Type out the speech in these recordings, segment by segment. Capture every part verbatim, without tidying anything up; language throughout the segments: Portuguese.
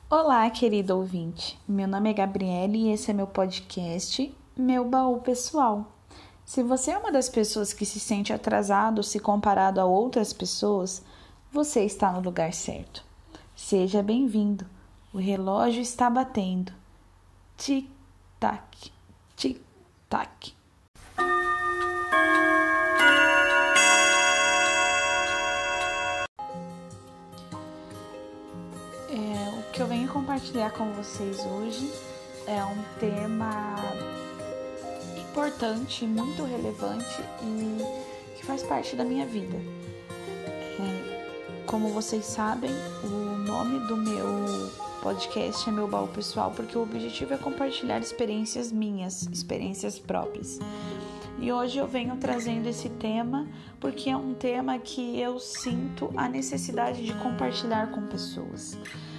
Olá, querido ouvinte. Meu nome é Gabriele e esse é meu podcast, Meu Baú Pessoal. Se você é uma das pessoas que se sente atrasado se comparado a outras pessoas, você está no lugar certo. Seja bem-vindo. O relógio está batendo. Tic-tac, tic-tac. É, o que eu venho compartilhar com vocês hoje é um tema importante, muito relevante e que faz parte da minha vida. É, como vocês sabem, o nome do meu podcast é Meu Baú Pessoal, porque o objetivo é compartilhar experiências minhas, experiências próprias. E hoje eu venho trazendo esse tema porque é um tema que eu sinto a necessidade de compartilhar com pessoas.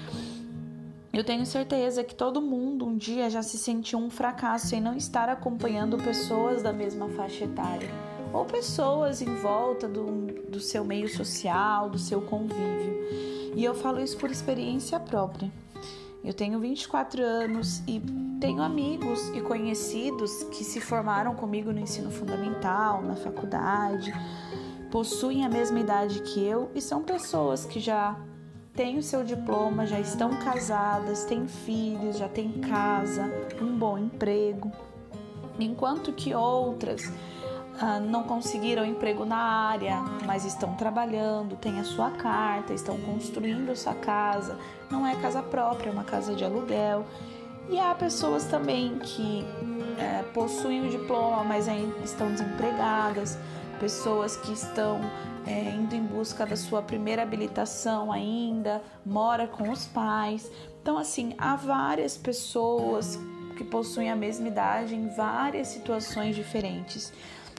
Eu tenho certeza que todo mundo um dia já se sentiu um fracasso em não estar acompanhando pessoas da mesma faixa etária ou pessoas em volta do, do seu meio social, do seu convívio. E eu falo isso por experiência própria. Eu tenho vinte e quatro anos e tenho amigos e conhecidos que se formaram comigo no ensino fundamental, na faculdade, possuem a mesma idade que eu e são pessoas que já têm o seu diploma, já estão casadas, têm filhos, já têm casa, um bom emprego, enquanto que outras ah, não conseguiram emprego na área, mas estão trabalhando, têm a sua carta, estão construindo a sua casa, não é casa própria, é uma casa de aluguel. E há pessoas também que é, possuem o diploma, mas ainda estão desempregadas, pessoas que estão é, indo em busca da sua primeira habilitação ainda, mora com os pais. Então, assim, há várias pessoas que possuem a mesma idade em várias situações diferentes.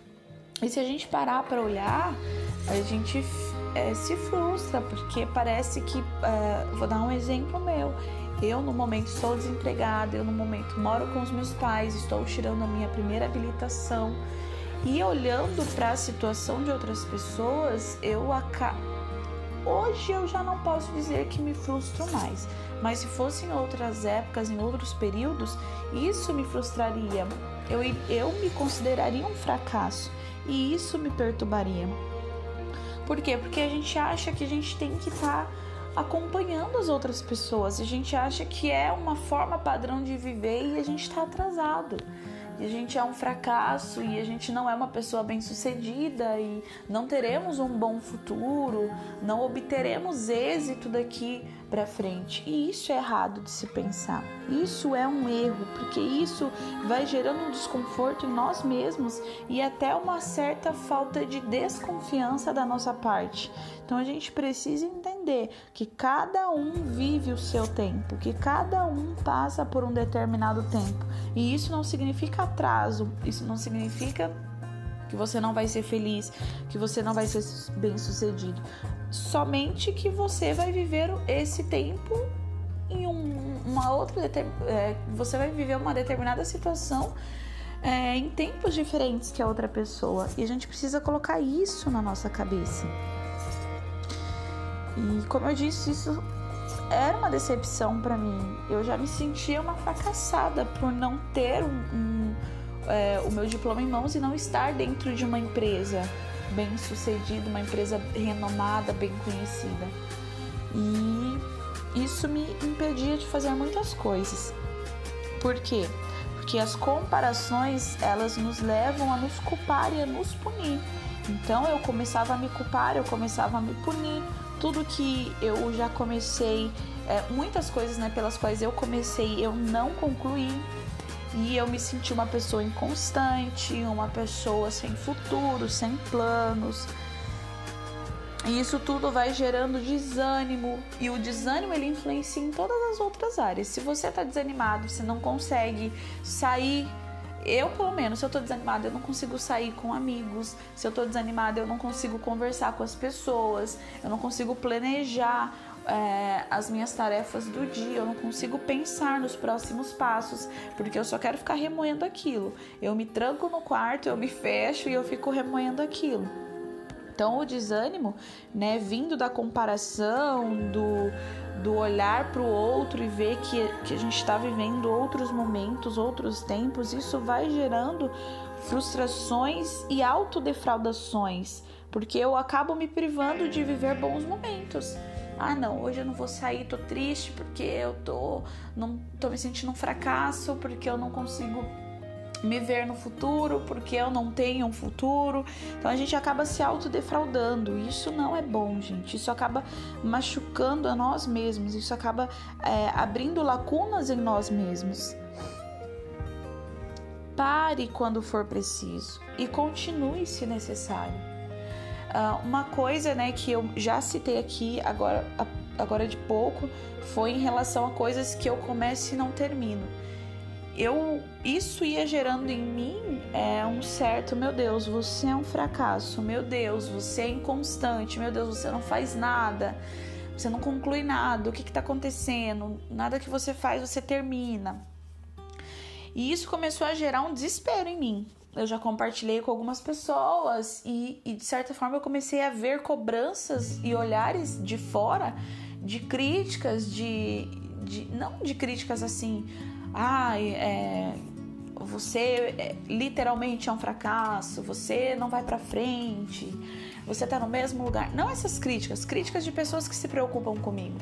E se a gente parar para olhar, a gente é, se frustra, porque parece que, é, vou dar um exemplo meu, eu no momento sou desempregada, eu no momento moro com os meus pais, estou tirando a minha primeira habilitação e olhando para a situação de outras pessoas, eu acabo... hoje eu já não posso dizer que me frustro mais, mas se fosse em outras épocas, em outros períodos, isso me frustraria, eu, eu me consideraria um fracasso. E isso me perturbaria. Por quê? Porque a gente acha que a gente tem que estar tá acompanhando as outras pessoas. A gente acha que é uma forma padrão de viver e a gente está atrasado. E a gente é um fracasso e a gente não é uma pessoa bem-sucedida e não teremos um bom futuro, não obteremos êxito daqui para frente. E isso é errado de se pensar. Isso é um erro, porque isso vai gerando um desconforto em nós mesmos e até uma certa falta de desconfiança da nossa parte. Então a gente precisa entender que cada um vive o seu tempo, que cada um passa por um determinado tempo. E isso não significa atraso, isso não significa que você não vai ser feliz, que você não vai ser bem-sucedido. Somente que você vai viver esse tempo em um, uma outra... É, você vai viver uma determinada situação é, em tempos diferentes que a outra pessoa. E a gente precisa colocar isso na nossa cabeça. E como eu disse, isso era uma decepção para mim. Eu já me sentia uma fracassada por não ter um, um, é, o meu diploma em mãos e não estar dentro de uma empresa bem sucedida, uma empresa renomada, bem conhecida. E isso me impedia de fazer muitas coisas. Por quê? Porque as comparações, elas nos levam a nos culpar e a nos punir. Então eu começava a me culpar, eu começava a me punir. Tudo que eu já comecei, é, muitas coisas, né, pelas quais eu comecei, eu não concluí. E eu me senti uma pessoa inconstante, uma pessoa sem futuro, sem planos. E isso tudo vai gerando desânimo. E o desânimo, ele influencia em todas as outras áreas. Se você está desanimado, você não consegue sair... Eu, pelo menos, se eu tô desanimada, eu não consigo sair com amigos. Se eu tô desanimada, eu não consigo conversar com as pessoas. Eu não consigo planejar é, as minhas tarefas do dia. Eu não consigo pensar nos próximos passos, porque eu só quero ficar remoendo aquilo. Eu me tranco no quarto, eu me fecho e eu fico remoendo aquilo. Então, o desânimo, né, vindo da comparação, do, do olhar para o outro e ver que, que a gente está vivendo outros momentos, outros tempos, isso vai gerando frustrações e autodefraudações, porque eu acabo me privando de viver bons momentos. Ah, não, hoje eu não vou sair, tô triste porque eu tô, não, tô me sentindo um fracasso, porque eu não consigo me ver no futuro, porque eu não tenho um futuro. Então a gente acaba se autodefraudando. Isso não é bom, gente. Isso acaba machucando a nós mesmos. Isso acaba é, abrindo lacunas em nós mesmos. Pare quando for preciso e continue se necessário. Uh, uma coisa, né, que eu já citei aqui agora, agora de pouco, foi em relação a coisas que eu começo e não termino. Eu, isso ia gerando em mim é, um certo, meu Deus, você é um fracasso, meu Deus, você é inconstante, meu Deus, você não faz nada, você não conclui nada, o que está acontecendo? Nada que você faz, você termina. E isso começou a gerar um desespero em mim. Eu já compartilhei com algumas pessoas e, e de certa forma eu comecei a ver cobranças e olhares de fora, de críticas, de, de não de críticas assim, ah, é, você é, literalmente é um fracasso, você não vai pra frente, você tá no mesmo lugar. Não essas críticas, críticas de pessoas que se preocupam comigo.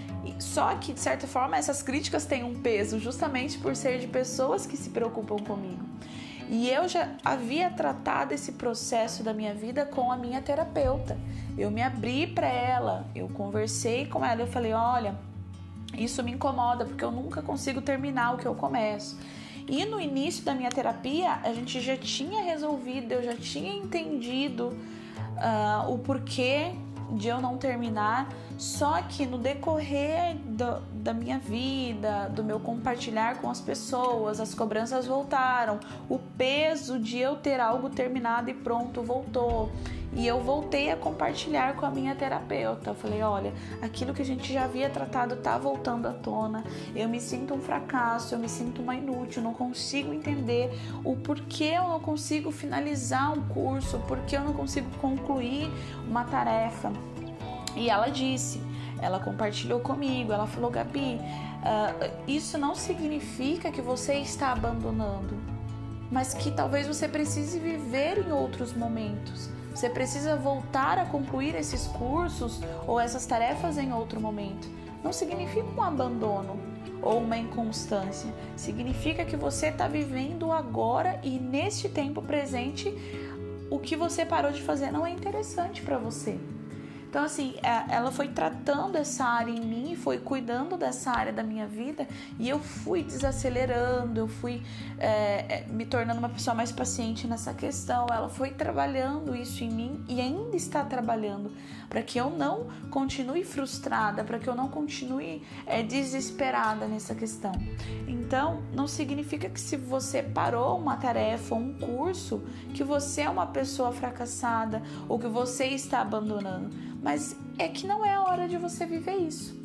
Só que, de certa forma, essas críticas têm um peso justamente por ser de pessoas que se preocupam comigo. E eu já havia tratado esse processo da minha vida com a minha terapeuta. Eu me abri para ela, eu conversei com ela, eu falei, olha, isso me incomoda porque eu nunca consigo terminar o que eu começo. E no início da minha terapia, a gente já tinha resolvido, eu já tinha entendido uh, o porquê de eu não terminar, só que no decorrer do, da minha vida, do meu compartilhar com as pessoas, as cobranças voltaram, o peso de eu ter algo terminado e pronto voltou, e eu voltei a compartilhar com a minha terapeuta. Eu falei, olha, aquilo que a gente já havia tratado tá voltando à tona, eu me sinto um fracasso, eu me sinto uma inútil, não consigo entender o porquê eu não consigo finalizar um curso, porquê eu não consigo concluir uma tarefa. E ela disse, ela compartilhou comigo, ela falou, Gabi, uh, isso não significa que você está abandonando, mas que talvez você precise viver em outros momentos. Você precisa voltar a concluir esses cursos ou essas tarefas em outro momento. Não significa um abandono ou uma inconstância. Significa que você está vivendo agora e neste tempo presente o que você parou de fazer não é interessante para você. Então, assim, ela foi tratando essa área em mim, foi cuidando dessa área da minha vida e eu fui desacelerando, eu fui é, me tornando uma pessoa mais paciente nessa questão. Ela foi trabalhando isso em mim e ainda está trabalhando para que eu não continue frustrada, para que eu não continue é, desesperada nessa questão. Então, não significa que se você parou uma tarefa ou um curso, que você é uma pessoa fracassada ou que você está abandonando. Mas é que não é a hora de você viver isso.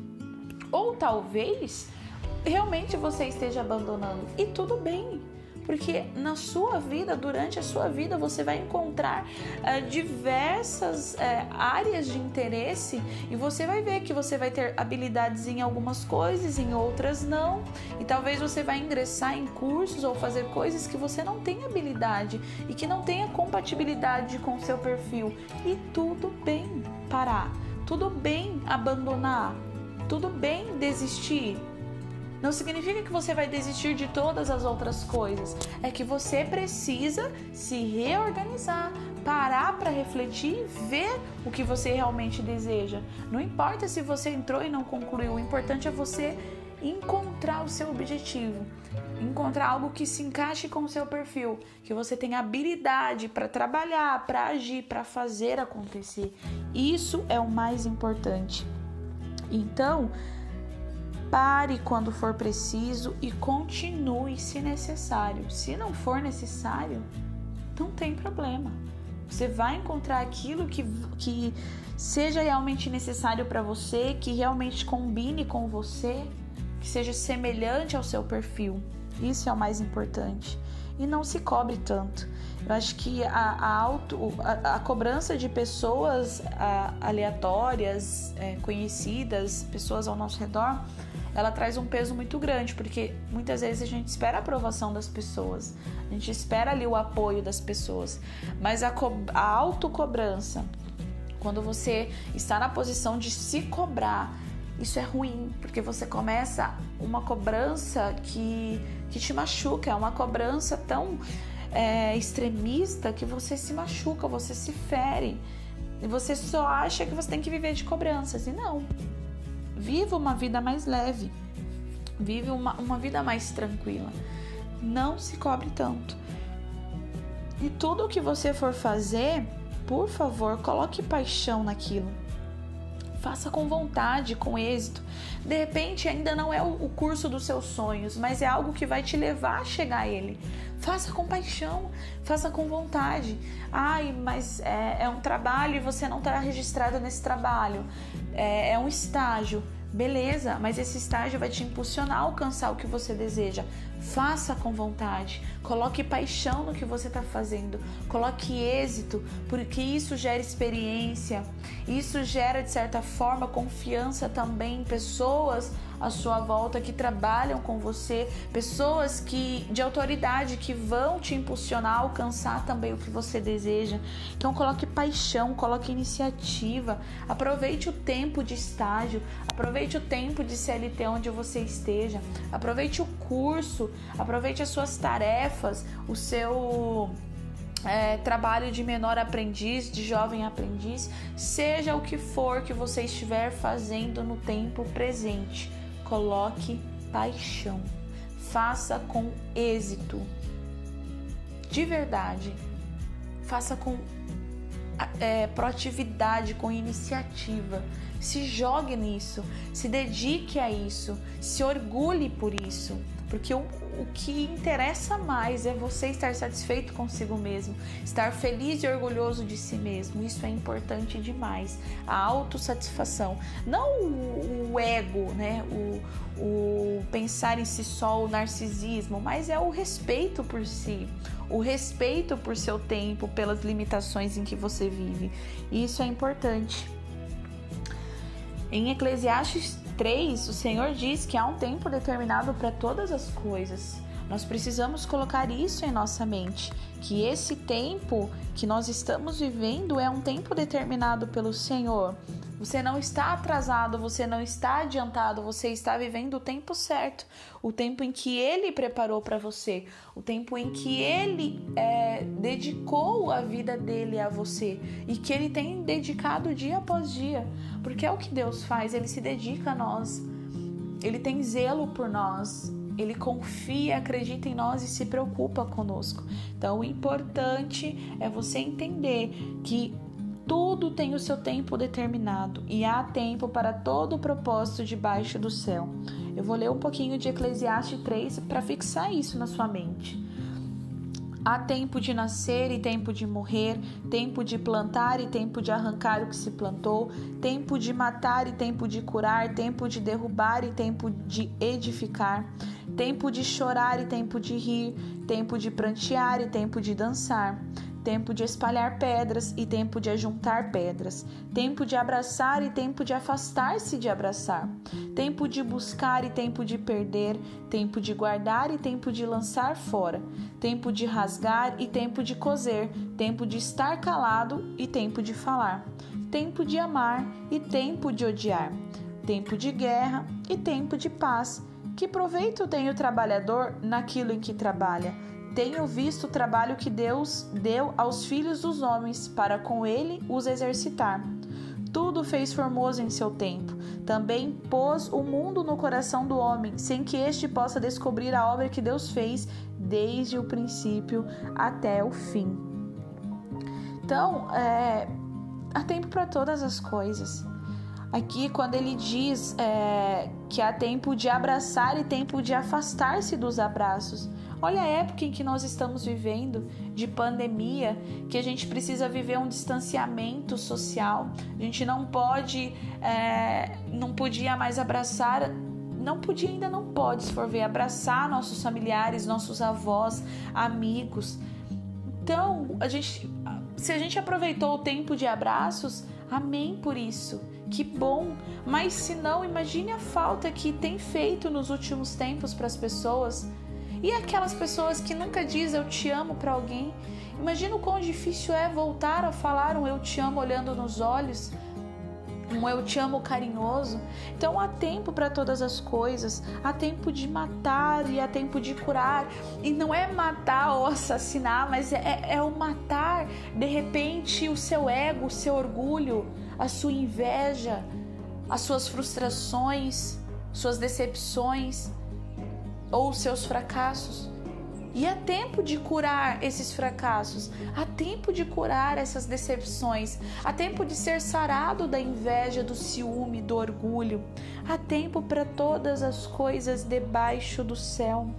Ou talvez realmente você esteja abandonando. E tudo bem, porque na sua vida, durante a sua vida, você vai encontrar uh, diversas uh, áreas de interesse e você vai ver que você vai ter habilidades em algumas coisas, em outras não. E talvez você vai ingressar em cursos ou fazer coisas que você não tem habilidade e que não tenha compatibilidade com o seu perfil. E tudo bem parar, tudo bem abandonar, tudo bem desistir. Não significa que você vai desistir de todas as outras coisas. É que você precisa se reorganizar, parar para refletir e ver o que você realmente deseja. Não importa se você entrou e não concluiu, o importante é você encontrar o seu objetivo, encontrar algo que se encaixe com o seu perfil, que você tenha habilidade para trabalhar, para agir, para fazer acontecer. Isso é o mais importante. Então, pare quando for preciso e continue se necessário. Se não for necessário, não tem problema. Você vai encontrar aquilo que, que seja realmente necessário para você, que realmente combine com você, que seja semelhante ao seu perfil. Isso é o mais importante. E não se cobre tanto. Eu acho que a, a, auto, a, a cobrança de pessoas a, aleatórias, é, conhecidas, pessoas ao nosso redor, ela traz um peso muito grande, porque muitas vezes a gente espera a aprovação das pessoas, a gente espera ali o apoio das pessoas, mas a, co- a autocobrança, quando você está na posição de se cobrar, isso é ruim, porque você começa uma cobrança que, que te machuca, é uma cobrança tão é, extremista que você se machuca, você se fere, e você só acha que você tem que viver de cobranças, e não. Viva uma vida mais leve, vive uma, uma vida mais tranquila, não se cobre tanto. E tudo o que você for fazer, por favor, coloque paixão naquilo. Faça com vontade, com êxito. De repente ainda não é o curso dos seus sonhos, mas é algo que vai te levar a chegar a ele. Faça com paixão, faça com vontade. Ai, mas é, é um trabalho e você não está registrado nesse trabalho. É, é um estágio. Beleza, mas esse estágio vai te impulsionar a alcançar o que você deseja. Faça com vontade, coloque paixão no que você está fazendo, coloque êxito, porque isso gera experiência, isso gera de certa forma confiança também em pessoas à sua volta que trabalham com você, pessoas que, de autoridade que vão te impulsionar a alcançar também o que você deseja. Então coloque paixão, coloque iniciativa, aproveite o tempo de estágio, aproveite o tempo de C L T onde você esteja, aproveite o curso, aproveite as suas tarefas, o seu é, trabalho de menor aprendiz, de jovem aprendiz, seja o que for que você estiver fazendo no tempo presente. Coloque paixão, faça com êxito, de verdade, faça com é, proatividade, com iniciativa, se jogue nisso, se dedique a isso, se orgulhe por isso, porque o, o que interessa mais é você estar satisfeito consigo mesmo, estar feliz e orgulhoso de si mesmo. Isso é importante demais, a autossatisfação, não o, o ego, né? o, o pensar em si só, o narcisismo, mas é o respeito por si, o respeito por seu tempo, pelas limitações em que você vive. Isso é importante. Em Eclesiastes três, o Senhor diz que há um tempo determinado para todas as coisas. Nós precisamos colocar isso em nossa mente, que esse tempo que nós estamos vivendo é um tempo determinado pelo Senhor. Você não está atrasado, você não está adiantado, você está vivendo o tempo certo, o tempo em que Ele preparou para você, o tempo em que Ele é, dedicou a vida dele a você e que Ele tem dedicado dia após dia, porque é o que Deus faz, Ele se dedica a nós, Ele tem zelo por nós, Ele confia, acredita em nós e se preocupa conosco. Então o importante é você entender que tudo tem o seu tempo determinado e há tempo para todo o propósito debaixo do céu. Eu vou ler um pouquinho de Eclesiastes três para fixar isso na sua mente. Há tempo de nascer e tempo de morrer, tempo de plantar e tempo de arrancar o que se plantou, tempo de matar e tempo de curar, tempo de derrubar e tempo de edificar, tempo de chorar e tempo de rir, tempo de prantear e tempo de dançar, tempo de espalhar pedras e tempo de ajuntar pedras, tempo de abraçar e tempo de afastar-se de abraçar, tempo de buscar e tempo de perder, tempo de guardar e tempo de lançar fora, tempo de rasgar e tempo de coser, tempo de estar calado e tempo de falar, tempo de amar e tempo de odiar, tempo de guerra e tempo de paz. Que proveito tem o trabalhador naquilo em que trabalha? Tenho visto o trabalho que Deus deu aos filhos dos homens para com ele os exercitar. Tudo fez formoso em seu tempo. Também pôs o mundo no coração do homem, sem que este possa descobrir a obra que Deus fez desde o princípio até o fim. Então, é, há tempo para todas as coisas. Aqui, quando ele diz é, que há tempo de abraçar e tempo de afastar-se dos abraços, olha a época em que nós estamos vivendo, de pandemia, que a gente precisa viver um distanciamento social. A gente não pode, é, não podia mais abraçar, não podia, ainda não pode, se for ver, abraçar nossos familiares, nossos avós, amigos. Então, a gente, se a gente aproveitou o tempo de abraços, amém por isso. Que bom. Mas se não, imagine a falta que tem feito nos últimos tempos para as pessoas. E aquelas pessoas que nunca dizem eu te amo para alguém. Imagina o quão difícil é voltar a falar um eu te amo olhando nos olhos, um eu te amo carinhoso. Então há tempo para todas as coisas, há tempo de matar e há tempo de curar. E não é matar ou assassinar, mas é, é o matar de repente o seu ego, o seu orgulho, a sua inveja, as suas frustrações, suas decepções ou os seus fracassos. E há tempo de curar esses fracassos, há tempo de curar essas decepções, há tempo de ser sarado da inveja, do ciúme, do orgulho. Há tempo para todas as coisas debaixo do céu.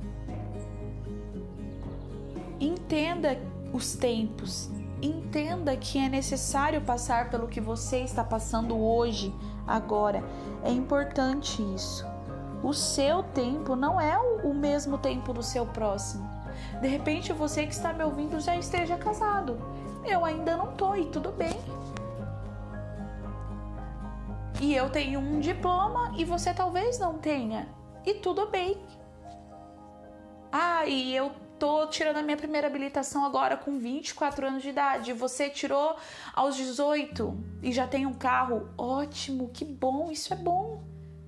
Entenda os tempos, entenda que é necessário passar pelo que você está passando hoje, agora. É importante isso. O seu tempo não é o mesmo tempo do seu próximo. De repente, você que está me ouvindo já esteja casado. Eu ainda não tô, e tudo bem. E eu tenho um diploma e você talvez não tenha. E tudo bem. Ah, e eu tô tirando a minha primeira habilitação agora com vinte e quatro anos de idade. Você tirou aos dezoito e já tem um carro. Ótimo, que bom, isso é bom.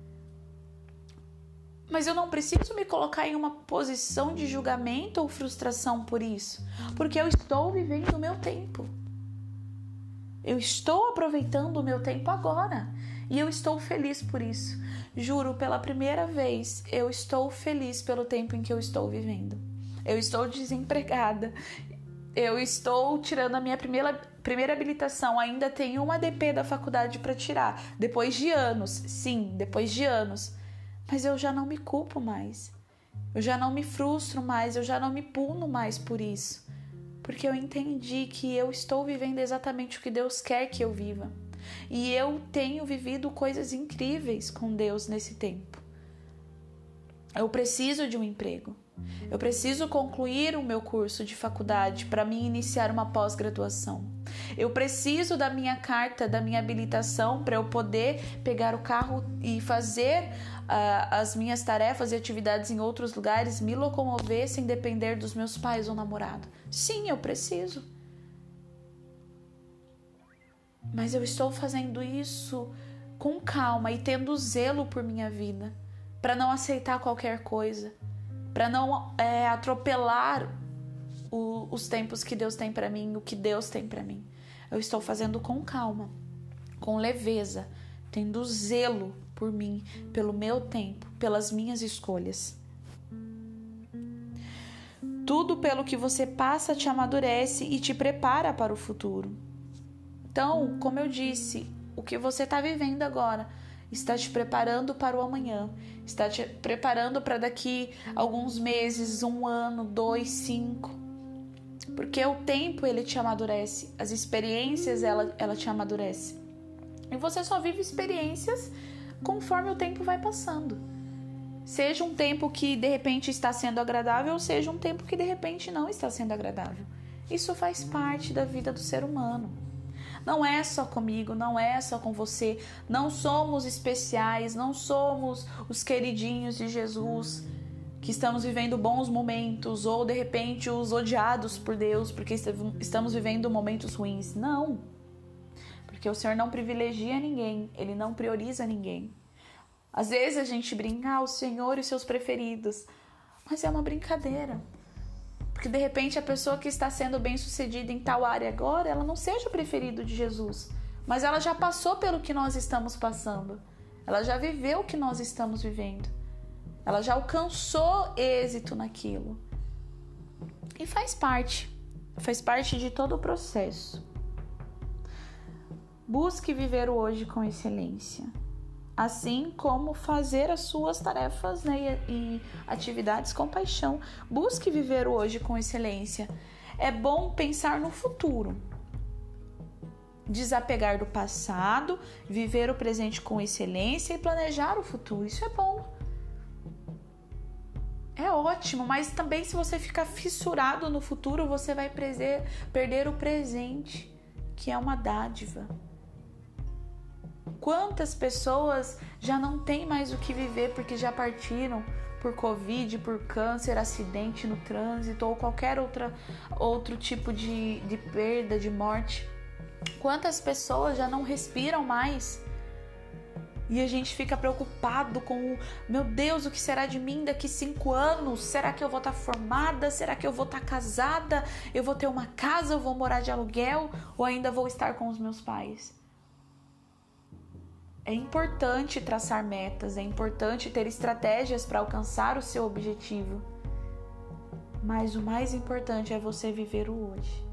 Mas eu não preciso me colocar em uma posição de julgamento ou frustração por isso, porque eu estou vivendo o meu tempo. Eu estou aproveitando o meu tempo agora e eu estou feliz por isso. Juro, pela primeira vez, eu estou feliz pelo tempo em que eu estou vivendo. Eu estou desempregada, eu estou tirando a minha primeira, primeira habilitação, ainda tenho uma A D P da faculdade para tirar, depois de anos, sim, depois de anos. Mas eu já não me culpo mais, eu já não me frustro mais, eu já não me puno mais por isso, porque eu entendi que eu estou vivendo exatamente o que Deus quer que eu viva. E eu tenho vivido coisas incríveis com Deus nesse tempo. Eu preciso de um emprego, eu preciso concluir o meu curso de faculdade para me iniciar uma pós-graduação. Eu preciso da minha carta, da minha habilitação para eu poder pegar o carro e fazer uh, as minhas tarefas e atividades em outros lugares, me locomover sem depender dos meus pais ou namorado. Sim, eu preciso. Mas eu estou fazendo isso com calma e tendo zelo por minha vida, para não aceitar qualquer coisa, para não é, atropelar o, os tempos que Deus tem para mim, o que Deus tem para mim. Eu estou fazendo com calma, com leveza, tendo zelo por mim, pelo meu tempo, pelas minhas escolhas. Tudo pelo que você passa te amadurece e te prepara para o futuro. Então, como eu disse, o que você está vivendo agora está te preparando para o amanhã, está te preparando para daqui alguns meses, um ano, dois, cinco. Porque o tempo, ele te amadurece, as experiências, ela, ela te amadurece. E você só vive experiências conforme o tempo vai passando. Seja um tempo que de repente está sendo agradável, ou seja um tempo que de repente não está sendo agradável. Isso faz parte da vida do ser humano. Não é só comigo, não é só com você. Não somos especiais, não somos os queridinhos de Jesus, que estamos vivendo bons momentos, ou de repente os odiados por Deus, porque estamos vivendo momentos ruins. Não, porque o Senhor não privilegia ninguém, Ele não prioriza ninguém. Às vezes a gente brinca, ah, o Senhor e os seus preferidos, mas é uma brincadeira. Porque de repente a pessoa que está sendo bem sucedida em tal área agora, ela não seja o preferido de Jesus, mas ela já passou pelo que nós estamos passando, ela já viveu o que nós estamos vivendo. Ela já alcançou êxito naquilo. E faz parte. Faz parte de todo o processo. Busque viver o hoje com excelência. Assim como fazer as suas tarefas, né, e, e atividades com paixão. Busque viver o hoje com excelência. É bom pensar no futuro. Desapegar do passado, viver o presente com excelência e planejar o futuro. Isso é bom. é ótimo, mas também se você ficar fissurado no futuro, você vai perder, perder o presente, que é uma dádiva. Quantas pessoas já não têm mais o que viver porque já partiram por Covid, por câncer, acidente no trânsito ou qualquer outra, outro tipo de, de perda, de morte. Quantas pessoas já não respiram mais e a gente fica preocupado com o, meu Deus, o que será de mim daqui cinco anos? Será que eu vou estar formada? Será que eu vou estar casada? Eu vou ter uma casa? Eu vou morar de aluguel? Ou ainda vou estar com os meus pais? É importante traçar metas, é importante ter estratégias para alcançar o seu objetivo. Mas o mais importante é você viver o hoje.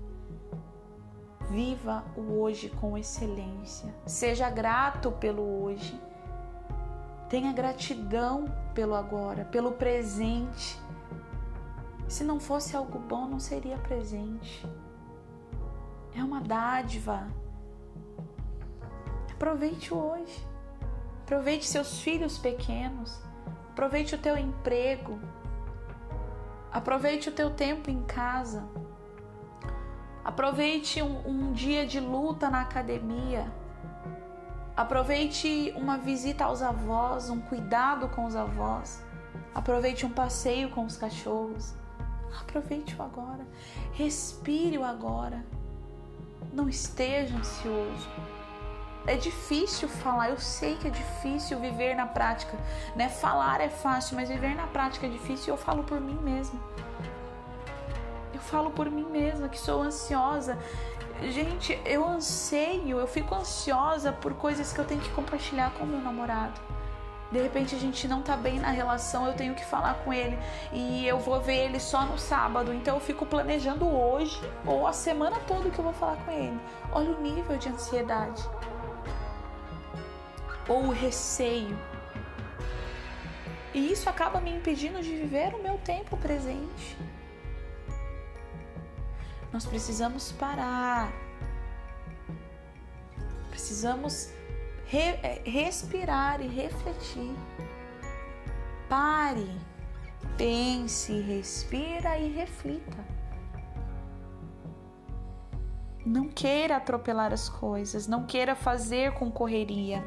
Viva o hoje com excelência. Seja grato pelo hoje. Tenha gratidão pelo agora, pelo presente. Se não fosse algo bom, não seria presente. É uma dádiva. Aproveite o hoje. Aproveite seus filhos pequenos. Aproveite o teu emprego. Aproveite o teu tempo em casa. Aproveite um, um dia de luta na academia. Aproveite uma visita aos avós, um cuidado com os avós. Aproveite um passeio com os cachorros. Aproveite o agora. Respire o agora. Não esteja ansioso. É difícil falar, eu sei que é difícil viver na prática, né? Falar é fácil, mas viver na prática é difícil e eu falo por mim mesma. Eu falo por mim mesma que sou ansiosa. Gente, eu anseio, eu fico ansiosa por coisas que eu tenho que compartilhar com o meu namorado. De repente a gente não tá bem na relação, eu tenho que falar com ele e eu vou ver ele só no sábado, então eu fico planejando hoje ou a semana toda que eu vou falar com ele. Olha o nível de ansiedade. Ou o receio. E isso acaba me impedindo de viver o meu tempo presente. Nós precisamos parar. Precisamos re- respirar e refletir. Pare, pense, respira e reflita. Não queira atropelar as coisas, não queira fazer com correria.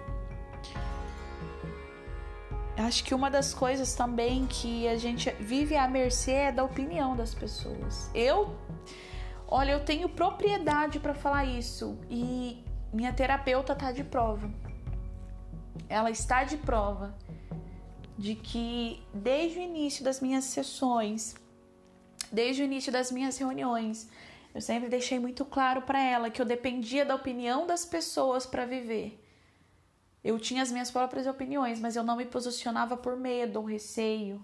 Acho que uma das coisas também que a gente vive à mercê é da opinião das pessoas. Eu, olha, eu tenho propriedade para falar isso e minha terapeuta tá de prova. Ela está de prova de que desde o início das minhas sessões, desde o início das minhas reuniões, eu sempre deixei muito claro para ela que eu dependia da opinião das pessoas para viver. Eu tinha as minhas próprias opiniões, mas eu não me posicionava por medo ou receio.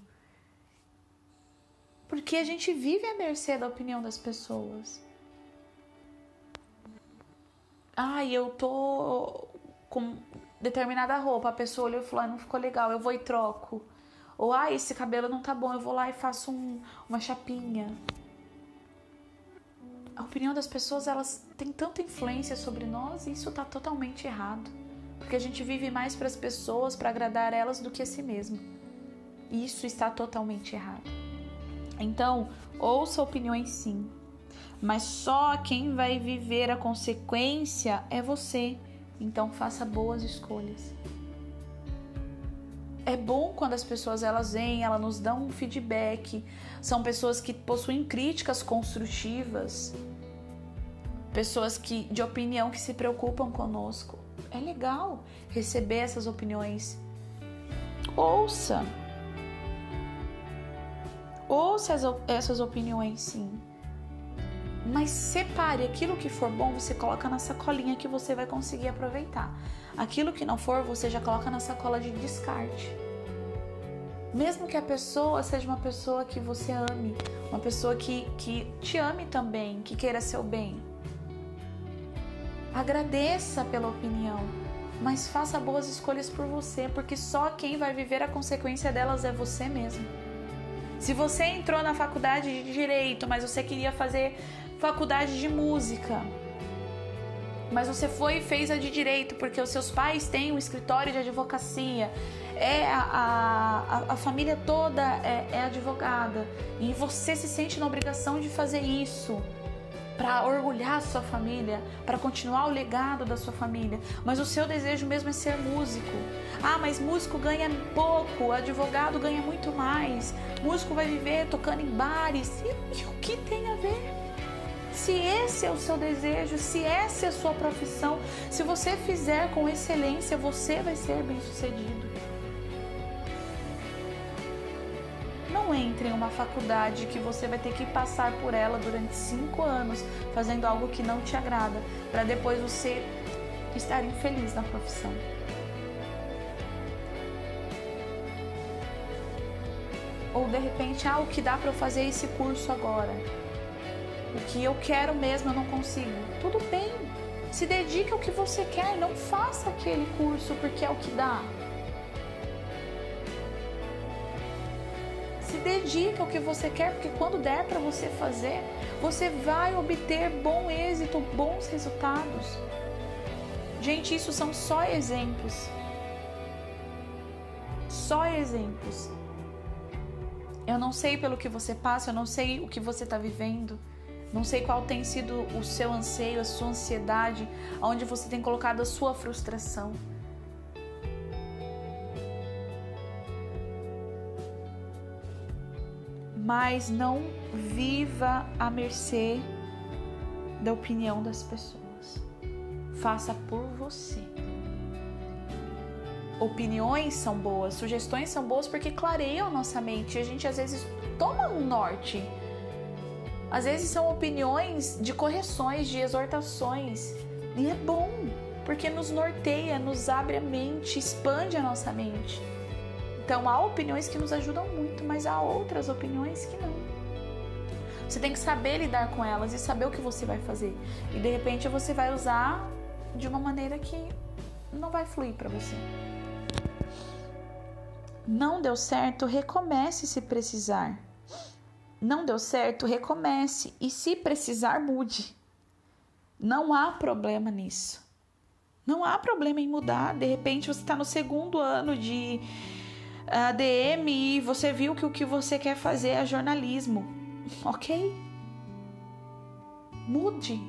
Porque a gente vive à mercê da opinião das pessoas. Ai, eu tô com determinada roupa, a pessoa olhou e falou, ah, não ficou legal, eu vou e troco. Ou, ah, esse cabelo não tá bom, eu vou lá e faço um, uma chapinha. A opinião das pessoas, elas têm tanta influência sobre nós e isso tá totalmente errado. Porque a gente vive mais para as pessoas, para agradar elas, do que a si mesmo. E isso está totalmente errado. Então, ouça opiniões sim. Mas só quem vai viver a consequência é você. Então, faça boas escolhas. É bom quando as pessoas elas vêm, elas nos dão um feedback. São pessoas que possuem críticas construtivas. Pessoas que, de opinião que se preocupam conosco. É legal receber essas opiniões. Ouça. Ouça as, essas opiniões, sim. Mas separe aquilo que for bom, você coloca na sacolinha que você vai conseguir aproveitar. Aquilo que não for, você já coloca na sacola de descarte. Mesmo que a pessoa seja uma pessoa que você ame, uma pessoa que, que te ame também, que queira seu bem. Agradeça pela opinião, mas faça boas escolhas por você, porque só quem vai viver a consequência delas é você mesmo. Se você entrou na faculdade de Direito, mas você queria fazer faculdade de Música, mas você foi e fez a de direito porque os seus pais têm um escritório de advocacia, é a, a, a família toda é, é advogada e você se sente na obrigação de fazer isso para orgulhar a sua família, para continuar o legado da sua família, mas o seu desejo mesmo é ser músico. Ah, mas músico ganha pouco, advogado ganha muito mais, músico vai viver tocando em bares. E, e o que tem a ver? Se esse é o seu desejo, se essa é a sua profissão, se você fizer com excelência, você vai ser bem-sucedido. Não entre em uma faculdade que você vai ter que passar por ela durante cinco anos fazendo algo que não te agrada, para depois você estar infeliz na profissão. Ou de repente, ah, o que dá para eu fazer esse curso agora? O que eu quero mesmo eu não consigo. Tudo bem, se dedique ao que você quer, não faça aquele curso porque é o que dá. Se dedique ao que você quer, porque quando der para você fazer, você vai obter bom êxito, bons resultados. Gente, isso são só exemplos. Só exemplos. Eu não sei pelo que você passa, eu não sei o que você está vivendo, não sei qual tem sido o seu anseio, a sua ansiedade, onde você tem colocado a sua frustração. Mas não viva à mercê da opinião das pessoas. Faça por você. Opiniões são boas, sugestões são boas porque clareiam a nossa mente. A gente às vezes toma um norte. Às vezes são opiniões de correções, de exortações. E é bom, porque nos norteia, nos abre a mente, expande a nossa mente. Então há opiniões que nos ajudam muito, mas há outras opiniões que não. Você tem que saber lidar com elas e saber o que você vai fazer. E de repente você vai usar de uma maneira que não vai fluir para você. Não deu certo, recomece se precisar. Não deu certo, recomece. E se precisar, mude. Não há problema nisso. Não há problema em mudar. De repente você está no segundo ano de A D M e você viu que o que você quer fazer é jornalismo. Ok? Mude.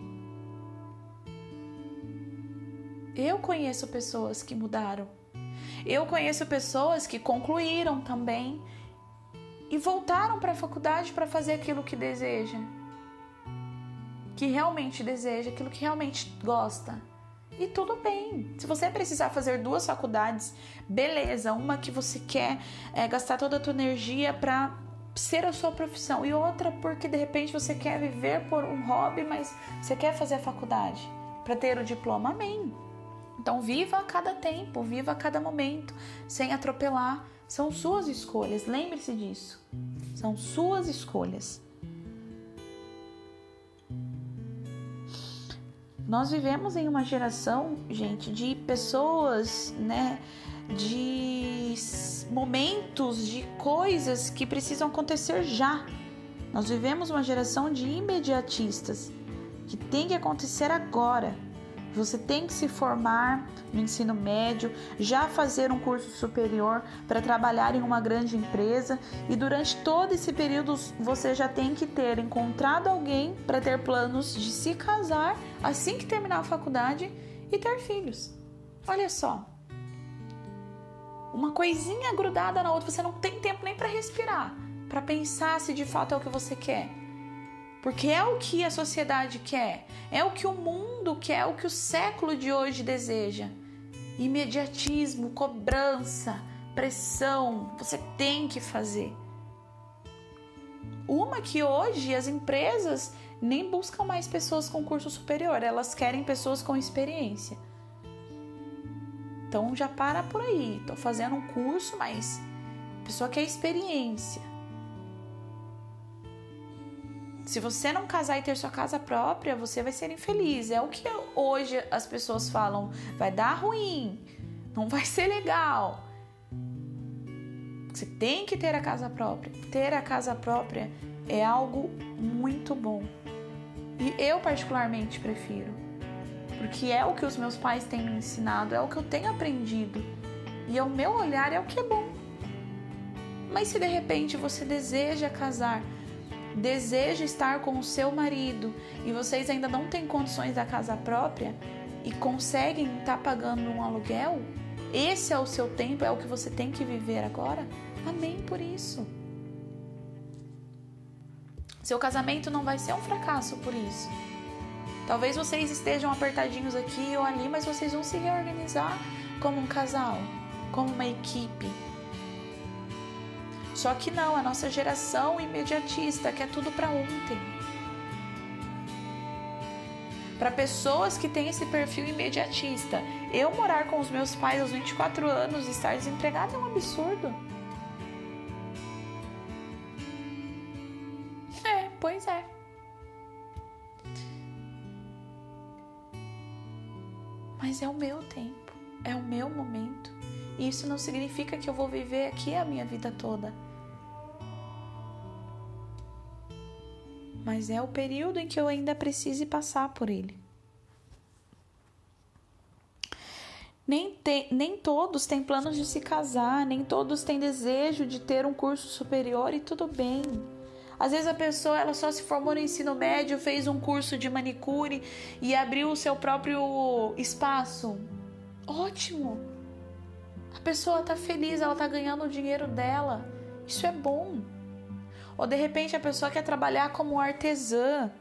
Eu conheço pessoas que mudaram. Eu conheço pessoas que concluíram também e voltaram para a faculdade para fazer aquilo que deseja. Que realmente deseja, aquilo que realmente gosta. E tudo bem. Se você precisar fazer duas faculdades, beleza. Uma que você quer é, gastar toda a tua energia para ser a sua profissão. E outra porque de repente você quer viver por um hobby, mas você quer fazer a faculdade para ter o diploma. Amém. Então viva a cada tempo, viva a cada momento, sem atropelar. São suas escolhas, lembre-se disso. São suas escolhas. Nós vivemos em uma geração, gente, de pessoas, né, de momentos, de coisas que precisam acontecer já. Nós vivemos uma geração de imediatistas, que tem que acontecer agora. Você tem que se formar no ensino médio, já fazer um curso superior para trabalhar em uma grande empresa e durante todo esse período você já tem que ter encontrado alguém para ter planos de se casar assim que terminar a faculdade e ter filhos. Olha só, uma coisinha grudada na outra, você não tem tempo nem para respirar, para pensar se de fato é o que você quer. Porque é o que a sociedade quer, é o que o mundo quer, é o que o século de hoje deseja. Imediatismo, cobrança, pressão, você tem que fazer. Uma que hoje as empresas nem buscam mais pessoas com curso superior, elas querem pessoas com experiência. Então já para por aí, estou fazendo um curso, mas a pessoa quer experiência. Se você não casar e ter sua casa própria, você vai ser infeliz. É o que hoje as pessoas falam. Vai dar ruim. Não vai ser legal. Você tem que ter a casa própria. Ter a casa própria é algo muito bom. E eu particularmente prefiro. porque é o que os meus pais têm me ensinado, é o que eu tenho aprendido, e o meu olhar é o que é bom. Mas se de repente você deseja casar, deseja estar com o seu marido e vocês ainda não têm condições da casa própria e conseguem estar pagando um aluguel, esse é o seu tempo, é o que você tem que viver agora. Amém por isso. Seu casamento não vai ser um fracasso por isso. Talvez vocês estejam apertadinhos aqui ou ali, mas vocês vão se reorganizar como um casal, como uma equipe. Só que não, a nossa geração imediatista quer tudo para ontem. Para pessoas que têm esse perfil imediatista, eu morar com os meus pais aos vinte e quatro anos e estar desempregada é um absurdo. É, pois é. Mas é o meu tempo, é o meu momento. E isso não significa que eu vou viver aqui a minha vida toda. Mas é o período em que eu ainda precise passar por ele. Nem, te, nem todos têm planos de se casar, nem todos têm desejo de ter um curso superior e tudo bem. Às vezes a pessoa ela só se formou no ensino médio, fez um curso de manicure e abriu o seu próprio espaço. Ótimo! A pessoa está feliz, ela está ganhando o dinheiro dela. Isso é bom. Ou de repente a pessoa quer trabalhar como artesã.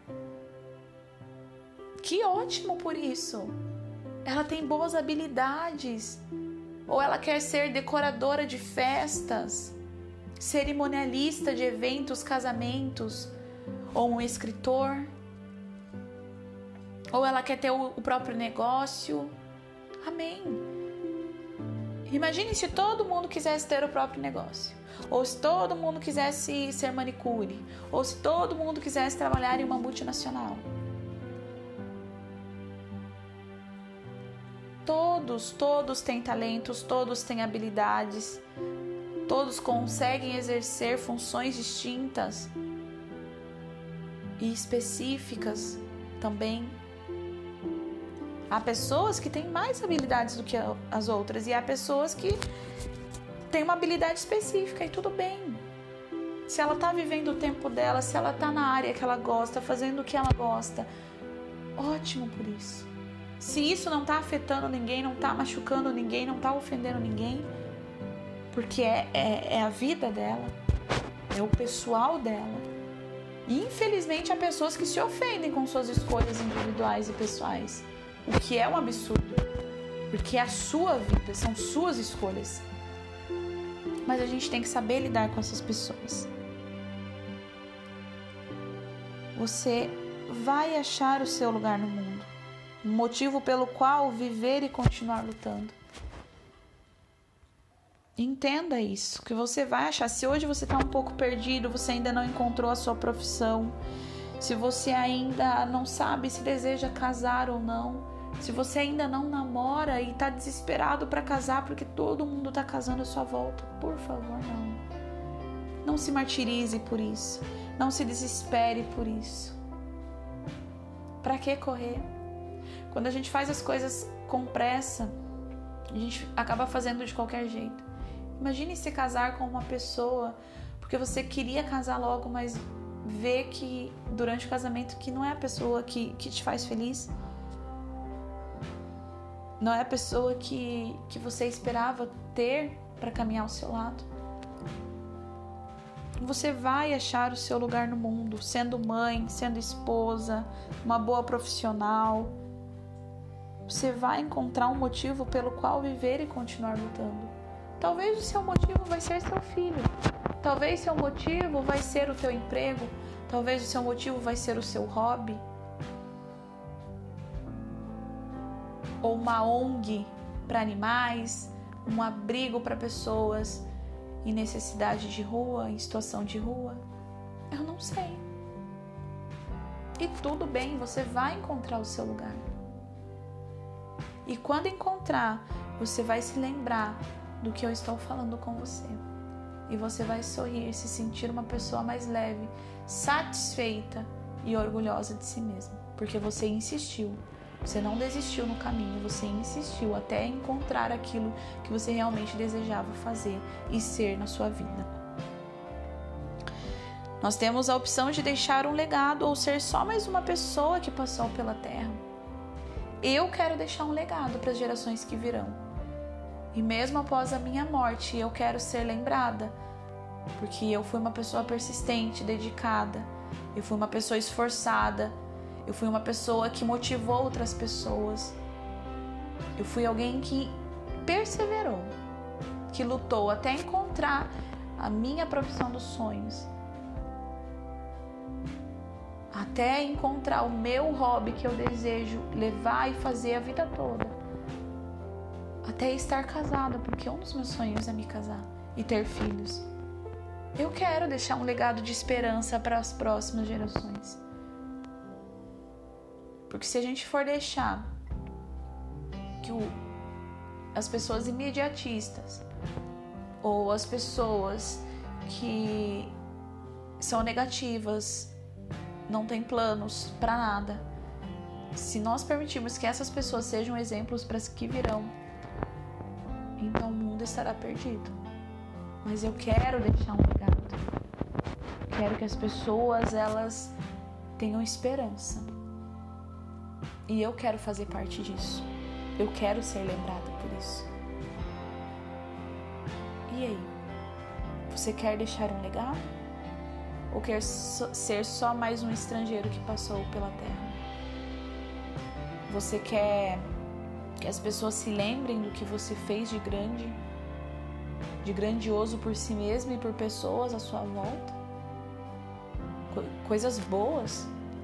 Que ótimo por isso. Ela tem boas habilidades. Ou ela quer ser decoradora de festas, cerimonialista de eventos, casamentos, ou um escritor. Ou ela quer ter o próprio negócio. Amém. Imagine se todo mundo quisesse ter o próprio negócio, ou se todo mundo quisesse ser manicure, ou se todo mundo quisesse trabalhar em uma multinacional. Todos, todos têm talentos, todos têm habilidades, todos conseguem exercer funções distintas e específicas também. Há pessoas que têm mais habilidades do que as outras e há pessoas que têm uma habilidade específica e tudo bem. Se ela está vivendo o tempo dela, se ela está na área que ela gosta, fazendo o que ela gosta, ótimo por isso. Se isso não está afetando ninguém, não está machucando ninguém, não está ofendendo ninguém, porque é, é, é a vida dela, é o pessoal dela. E infelizmente há pessoas que se ofendem com suas escolhas individuais e pessoais. O que é um absurdo, porque é a sua vida, são suas escolhas. Mas a gente tem que saber lidar com essas pessoas. Você vai achar o seu lugar no mundo, um motivo pelo qual viver e continuar lutando. Entenda isso, que você vai achar. Se hoje você está um pouco perdido, você ainda não encontrou a sua profissão, se você ainda não sabe se deseja casar ou não, se você ainda não namora e está desesperado para casar porque todo mundo está casando à sua volta, por favor, não. Não se martirize por isso. Não se desespere por isso. Para que correr? Quando a gente faz as coisas com pressa, a gente acaba fazendo de qualquer jeito. Imagine se casar com uma pessoa porque você queria casar logo, mas vê que durante o casamento que não é a pessoa que, que te faz feliz. Não é a pessoa que, que você esperava ter para caminhar ao seu lado. Você vai achar o seu lugar no mundo, sendo mãe, sendo esposa, uma boa profissional. Você vai encontrar um motivo pelo qual viver e continuar lutando. Talvez o seu motivo vai ser seu filho. Talvez seu motivo vai ser o teu emprego. Talvez o seu motivo vai ser o seu hobby. Ou uma O N G para animais, um abrigo para pessoas em necessidade de rua, em situação de rua. Eu não sei. E tudo bem, você vai encontrar o seu lugar. E quando encontrar, você vai se lembrar do que eu estou falando com você. E você vai sorrir e se sentir uma pessoa mais leve, satisfeita e orgulhosa de si mesma. Porque você insistiu, Você não desistiu no caminho, você insistiu até encontrar aquilo que você realmente desejava fazer e ser na sua vida. Nós temos a opção de deixar um legado ou ser só mais uma pessoa que passou pela Terra. Eu quero deixar um legado para as gerações que virão. E mesmo após a minha morte, eu quero ser lembrada, porque eu fui uma pessoa persistente, dedicada, eu fui uma pessoa esforçada, eu fui uma pessoa que motivou outras pessoas, eu fui alguém que perseverou, que lutou até encontrar a minha profissão dos sonhos, até encontrar o meu hobby que eu desejo levar e fazer a vida toda, até estar casada, porque um dos meus sonhos é me casar e ter filhos. Eu quero deixar um legado de esperança para as próximas gerações. Porque se a gente for deixar que o, as pessoas imediatistas ou as pessoas que são negativas, não têm planos para nada, se nós permitirmos que essas pessoas sejam exemplos para as que virão, então o mundo estará perdido. Mas eu quero deixar um legado. Quero que as pessoas, elas tenham esperança. E eu quero fazer parte disso. Eu quero ser lembrada por isso. E aí? Você quer deixar um legado? Ou quer so- ser só mais um estrangeiro que passou pela Terra? Você quer que as pessoas se lembrem do que você fez de grande, de grandioso por si mesmo e por pessoas à sua volta? Co- coisas boas?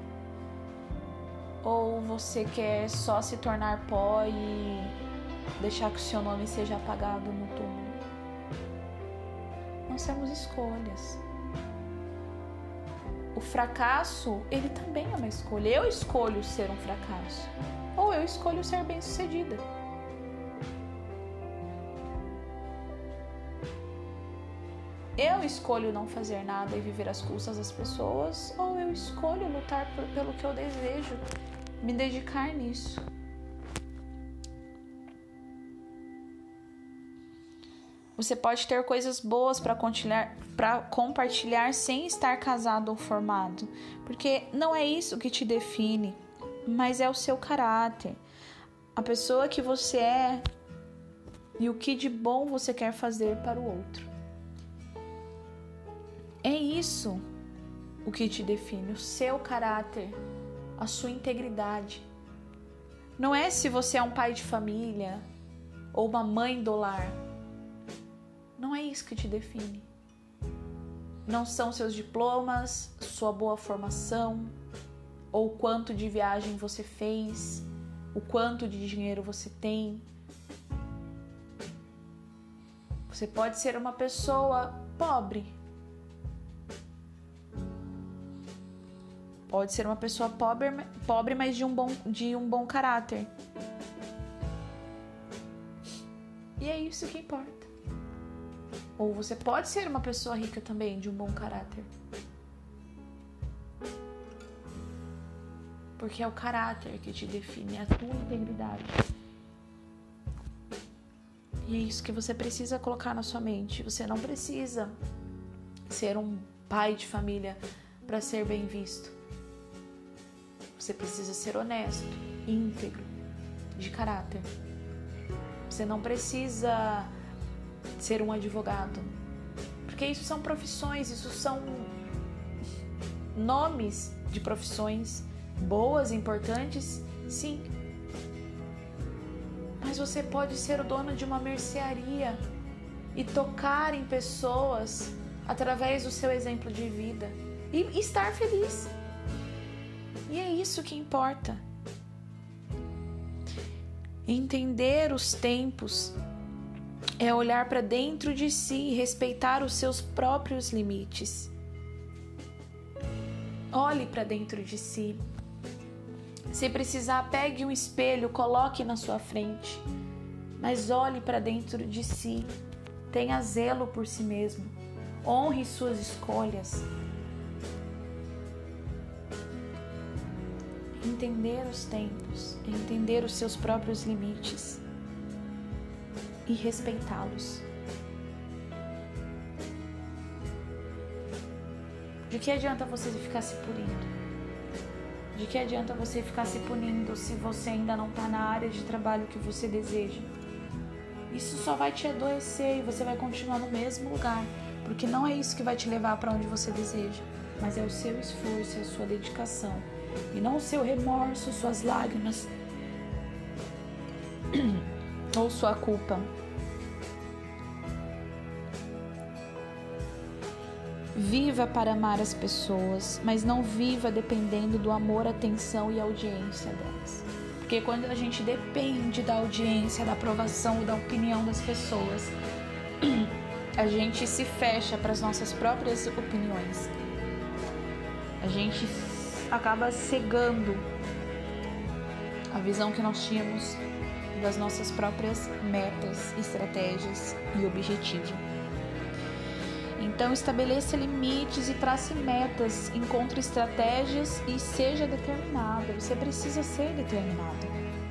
Ou você quer só se tornar pó e deixar que o seu nome seja apagado no túmulo? Nós temos escolhas. O fracasso, ele também é uma escolha. Eu escolho ser um fracasso. Ou eu escolho ser bem-sucedida. Eu escolho não fazer nada e viver às custas das pessoas, ou eu escolho lutar por, pelo que eu desejo, me dedicar nisso. Você pode ter coisas boas para compartilhar, para compartilhar sem estar casado ou formado, porque não é isso que te define, mas é o seu caráter, a pessoa que você é e o que de bom você quer fazer para o outro. É isso o que te define, o seu caráter, a sua integridade. Não é se você é um pai de família ou uma mãe do lar. Não é isso que te define. Não são seus diplomas, sua boa formação, ou o quanto de viagem você fez, o quanto de dinheiro você tem. Você pode ser uma pessoa pobre. Pode ser uma pessoa pobre, pobre mas de um bom, de um bom caráter. E é isso que importa. Ou você pode ser uma pessoa rica também, de um bom caráter. Porque é o caráter que te define, é a tua integridade. E é isso que você precisa colocar na sua mente. Você não precisa ser um pai de família para ser bem visto. Você precisa ser honesto, íntegro, de caráter. Você não precisa ser um advogado, porque isso são profissões, isso são nomes de profissões boas, importantes, sim. Mas você pode ser o dono de uma mercearia e tocar em pessoas através do seu exemplo de vida e estar feliz. E é isso que importa. Entender os tempos é olhar para dentro de si e respeitar os seus próprios limites. Olhe para dentro de si. Se precisar, pegue um espelho, coloque na sua frente. Mas olhe para dentro de si. Tenha zelo por si mesmo. Honre suas escolhas. entender os tempos, é entender os seus próprios limites e respeitá-los. De que adianta você ficar se punindo? De que adianta você ficar se punindo se você ainda não está na área de trabalho que você deseja? Isso só vai te adoecer e você vai continuar no mesmo lugar, porque não é isso que vai te levar para onde você deseja, mas é o seu esforço, é a sua dedicação, e não o seu remorso, suas lágrimas ou sua culpa. Viva para amar as pessoas, mas não viva dependendo do amor, atenção e audiência delas. Porque quando a gente depende da audiência, da aprovação ou da opinião das pessoas, a gente se fecha para as nossas próprias opiniões. A gente acaba cegando a visão que nós tínhamos das nossas próprias metas, estratégias e objetivos. Então, estabeleça limites e trace metas, encontre estratégias e seja determinado. Você precisa ser determinado.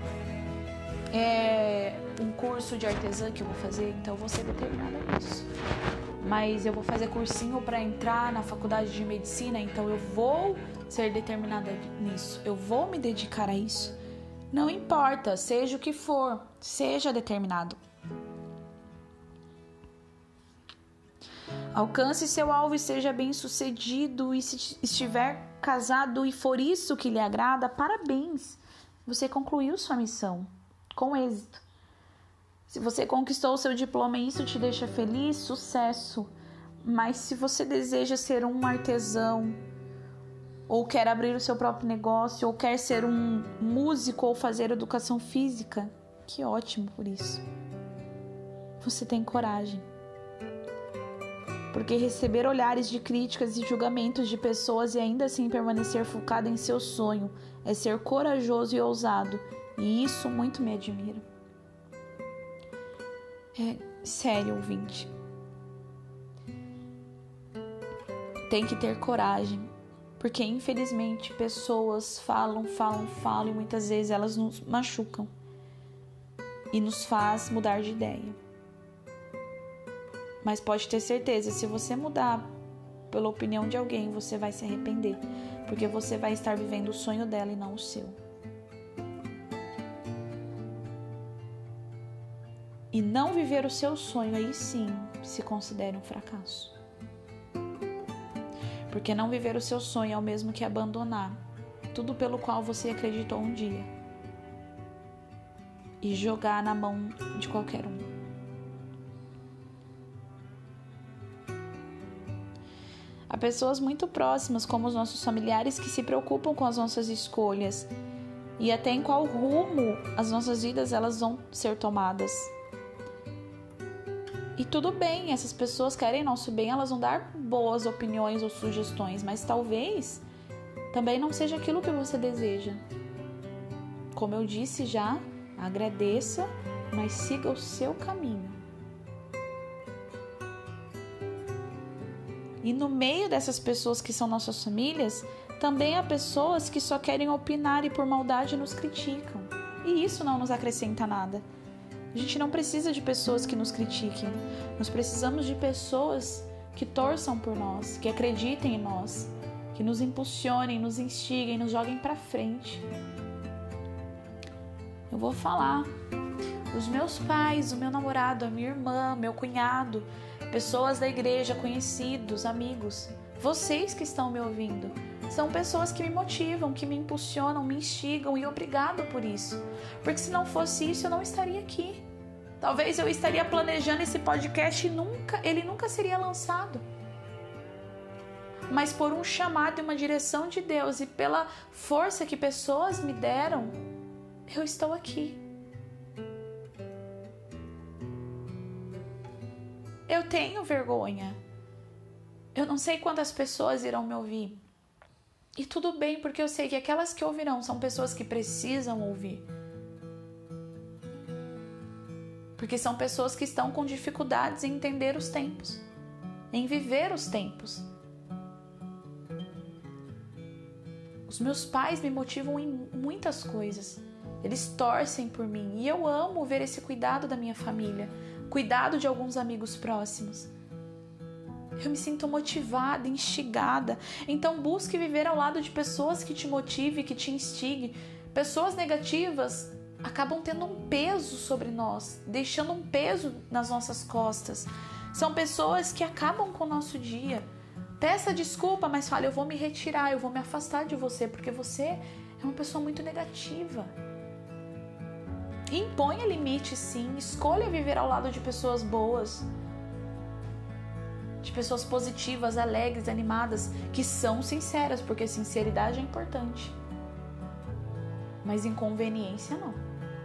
É um curso de artesã que eu vou fazer, então eu vou ser determinada nisso. Mas eu vou fazer cursinho para entrar na faculdade de medicina, então eu vou ser determinada nisso. Eu vou me dedicar a isso. Não importa, seja o que for, seja determinado. Alcance seu alvo e seja bem-sucedido, e se estiver casado e for isso que lhe agrada, parabéns! Você concluiu sua missão com êxito. Se você conquistou o seu diploma e isso te deixa feliz, sucesso. Mas se você deseja ser um artesão, ou quer abrir o seu próprio negócio, ou quer ser um músico ou fazer educação física, que ótimo por isso. Você tem coragem. Porque receber olhares de críticas e julgamentos de pessoas e ainda assim permanecer focado em seu sonho é ser corajoso e ousado, e isso muito me admira. É sério, ouvinte. Tem que ter coragem, porque infelizmente pessoas falam, falam, falam e muitas vezes elas nos machucam e nos faz mudar de ideia. Mas pode ter certeza, se você mudar pela opinião de alguém, você vai se arrepender, porque você vai estar vivendo o sonho dela e não o seu. E não viver o seu sonho, aí sim, se considera um fracasso. Porque não viver o seu sonho é o mesmo que abandonar tudo pelo qual você acreditou um dia e jogar na mão de qualquer um. Há pessoas muito próximas, como os nossos familiares, que se preocupam com as nossas escolhas e até em qual rumo as nossas vidas elas vão ser tomadas. E tudo bem, essas pessoas querem nosso bem, elas vão dar boas opiniões ou sugestões, mas talvez também não seja aquilo que você deseja. Como eu disse já, agradeça, mas siga o seu caminho. E no meio dessas pessoas que são nossas famílias, também há pessoas que só querem opinar e por maldade nos criticam. E isso não nos acrescenta nada. A gente não precisa de pessoas que nos critiquem. Nós precisamos de pessoas que torçam por nós, que acreditem em nós, que nos impulsionem, nos instiguem, nos joguem para frente. Eu vou falar. Os meus pais, o meu namorado, a minha irmã, meu cunhado, pessoas da igreja, conhecidos, amigos, vocês que estão me ouvindo, são pessoas que me motivam, que me impulsionam, me instigam, e obrigado por isso. Porque se não fosse isso, eu não estaria aqui. Talvez eu estaria planejando esse podcast e nunca, ele nunca seria lançado. Mas por um chamado e uma direção de Deus e pela força que pessoas me deram, eu estou aqui. Eu tenho vergonha. Eu não sei quantas pessoas irão me ouvir. E tudo bem, porque eu sei que aquelas que ouvirão são pessoas que precisam ouvir. Porque são pessoas que estão com dificuldades em entender os tempos, em viver os tempos. Os meus pais me motivam em muitas coisas. Eles torcem por mim e eu amo ver esse cuidado da minha família, cuidado de alguns amigos próximos. Eu me sinto motivada, instigada. Então busque viver ao lado de pessoas que te motivem, que te instiguem. Pessoas negativas acabam tendo um peso sobre nós, deixando um peso nas nossas costas. São pessoas que acabam com o nosso dia. Peça desculpa, mas fale, eu vou me retirar, eu vou me afastar de você, porque você é uma pessoa muito negativa. Imponha limites, sim. Escolha viver ao lado de pessoas boas, de pessoas positivas, alegres, animadas, que são sinceras, porque sinceridade é importante. Mas inconveniência não.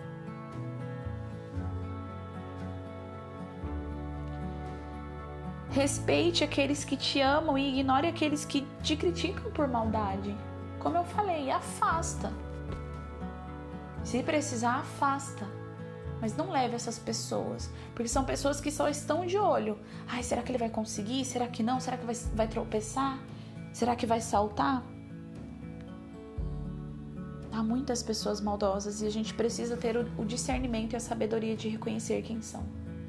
Respeite aqueles que te amam e ignore aqueles que te criticam por maldade. Como eu falei, afasta. Se precisar, afasta. Mas não leve essas pessoas, porque são pessoas que só estão de olho. Ai, será que ele vai conseguir? Será que não? Será que vai, vai tropeçar? Será que vai saltar? Há muitas pessoas maldosas e a gente precisa ter o, o discernimento e a sabedoria de reconhecer quem são.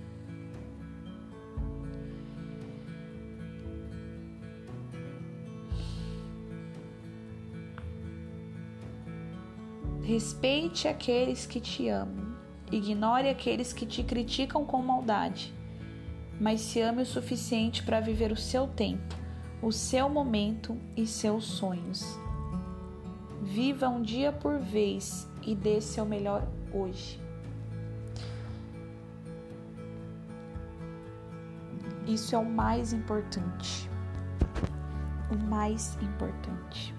Respeite aqueles que te amam. Ignore aqueles que te criticam com maldade. Mas se ame o suficiente para viver o seu tempo, o seu momento e seus sonhos. Viva um dia por vez e dê seu melhor hoje. Isso é o mais importante. O mais importante.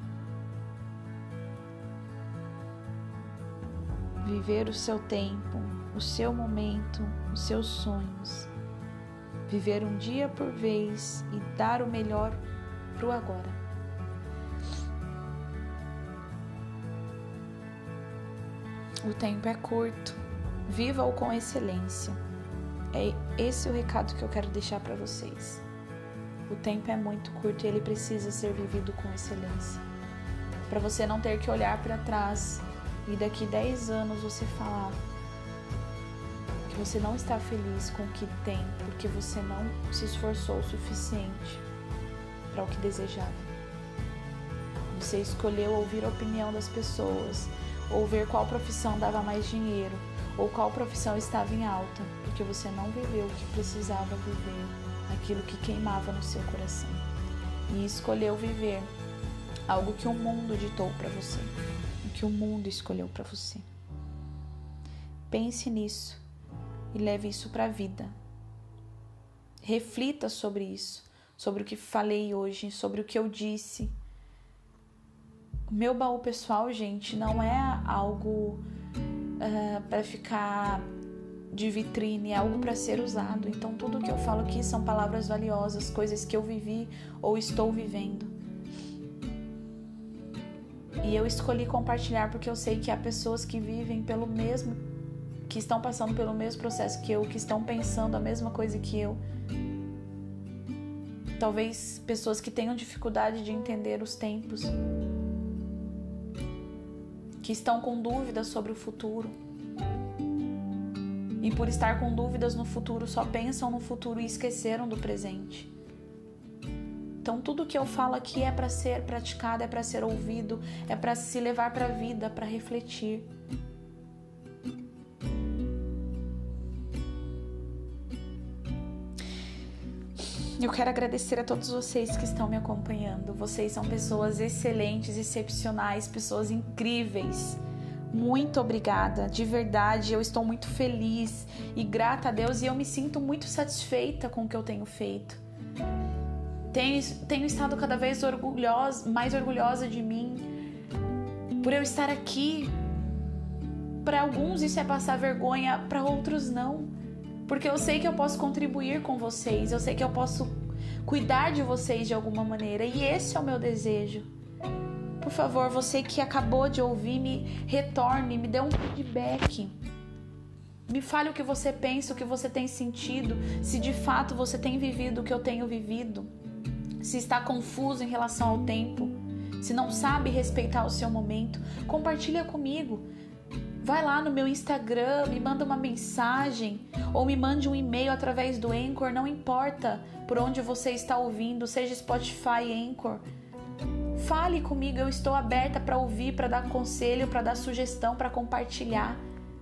Viver o seu tempo, o seu momento, os seus sonhos. Viver um dia por vez e dar o melhor pro agora. O tempo é curto, viva-o com excelência. É esse o recado que eu quero deixar para vocês. O tempo é muito curto e ele precisa ser vivido com excelência. Para você não ter que olhar para trás e daqui dez anos você falar que você não está feliz com o que tem, porque você não se esforçou o suficiente para o que desejava. Você escolheu ouvir a opinião das pessoas, ou ver qual profissão dava mais dinheiro, ou qual profissão estava em alta, porque você não viveu o que precisava viver, aquilo que queimava no seu coração. E escolheu viver algo que o mundo ditou para você, o que o mundo escolheu para você. Pense nisso e leve isso para a vida. Reflita sobre isso, sobre o que falei hoje, sobre o que eu disse. O meu baú pessoal, gente, não é algo uh, para ficar de vitrine, é algo para ser usado. Então tudo que eu falo aqui são palavras valiosas, coisas que eu vivi ou estou vivendo. E eu escolhi compartilhar porque eu sei que há pessoas que vivem pelo mesmo, que estão passando pelo mesmo processo que eu, que estão pensando a mesma coisa que eu. Talvez pessoas que tenham dificuldade de entender os tempos, que estão com dúvidas sobre o futuro. E por estar com dúvidas no futuro, só pensam no futuro e esqueceram do presente. Então tudo que eu falo aqui é para ser praticado, é para ser ouvido, é para se levar para a vida, para refletir. Eu quero agradecer a todos vocês que estão me acompanhando. Vocês são pessoas excelentes, excepcionais, pessoas incríveis. Muito obrigada, de verdade, eu estou muito feliz e grata a Deus e eu me sinto muito satisfeita com o que eu tenho feito. Tenho, tenho estado cada vez orgulhosa, mais orgulhosa de mim por eu estar aqui. Para alguns isso é passar vergonha, para outros não. Porque eu sei que eu posso contribuir com vocês, eu sei que eu posso cuidar de vocês de alguma maneira. E esse é o meu desejo. Por favor, você que acabou de ouvir, me retorne, me dê um feedback. Me fale o que você pensa, o que você tem sentido, se de fato você tem vivido o que eu tenho vivido, se está confuso em relação ao tempo. se não sabe respeitar o seu momento, compartilha comigo. Vai lá no meu Instagram, me manda uma mensagem ou me mande um e-mail através do Anchor, não importa por onde você está ouvindo, seja Spotify, Anchor. Fale comigo, eu estou aberta para ouvir, para dar conselho, para dar sugestão, para compartilhar.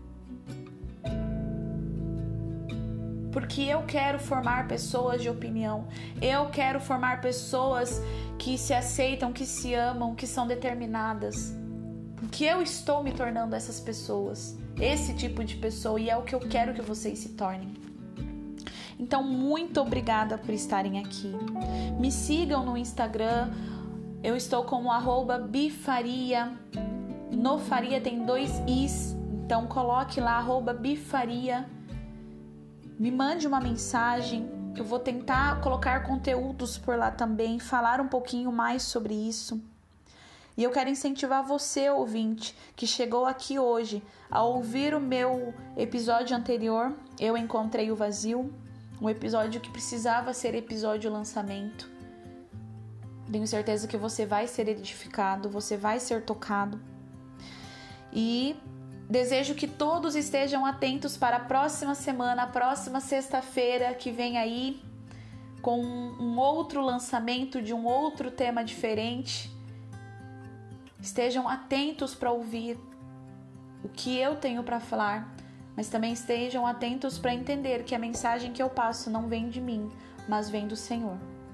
Porque eu quero formar pessoas de opinião, eu quero formar pessoas que se aceitam, que se amam, que são determinadas. Porque eu estou me tornando essas pessoas, esse tipo de pessoa, e é o que eu quero que vocês se tornem. Então, muito obrigada por estarem aqui. Me sigam no Instagram, eu estou como arroba bifaria. No Faria tem dois is, então coloque lá arroba bifaria. Me mande uma mensagem, eu vou tentar colocar conteúdos por lá também, falar um pouquinho mais sobre isso. E eu quero incentivar você, ouvinte, que chegou aqui hoje a ouvir o meu episódio anterior, Eu Encontrei o Vazio, um episódio que precisava ser episódio lançamento. Tenho certeza que você vai ser edificado, você vai ser tocado. E desejo que todos estejam atentos para a próxima semana, a próxima sexta-feira que vem aí, com um outro lançamento de um outro tema diferente. Estejam atentos para ouvir o que eu tenho para falar, mas também estejam atentos para entender que a mensagem que eu passo não vem de mim, mas vem do Senhor.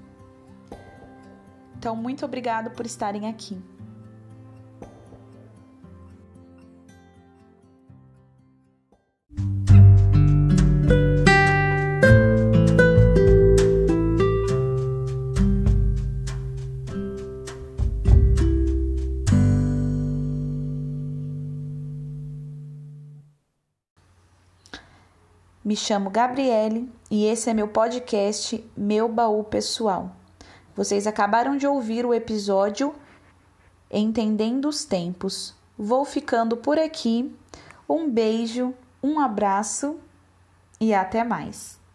Então, muito obrigado por estarem aqui. Me chamo Gabriele e esse é meu podcast, Meu Baú Pessoal. Vocês acabaram de ouvir o episódio Entendendo os Tempos. Vou ficando por aqui. Um beijo, um abraço e até mais.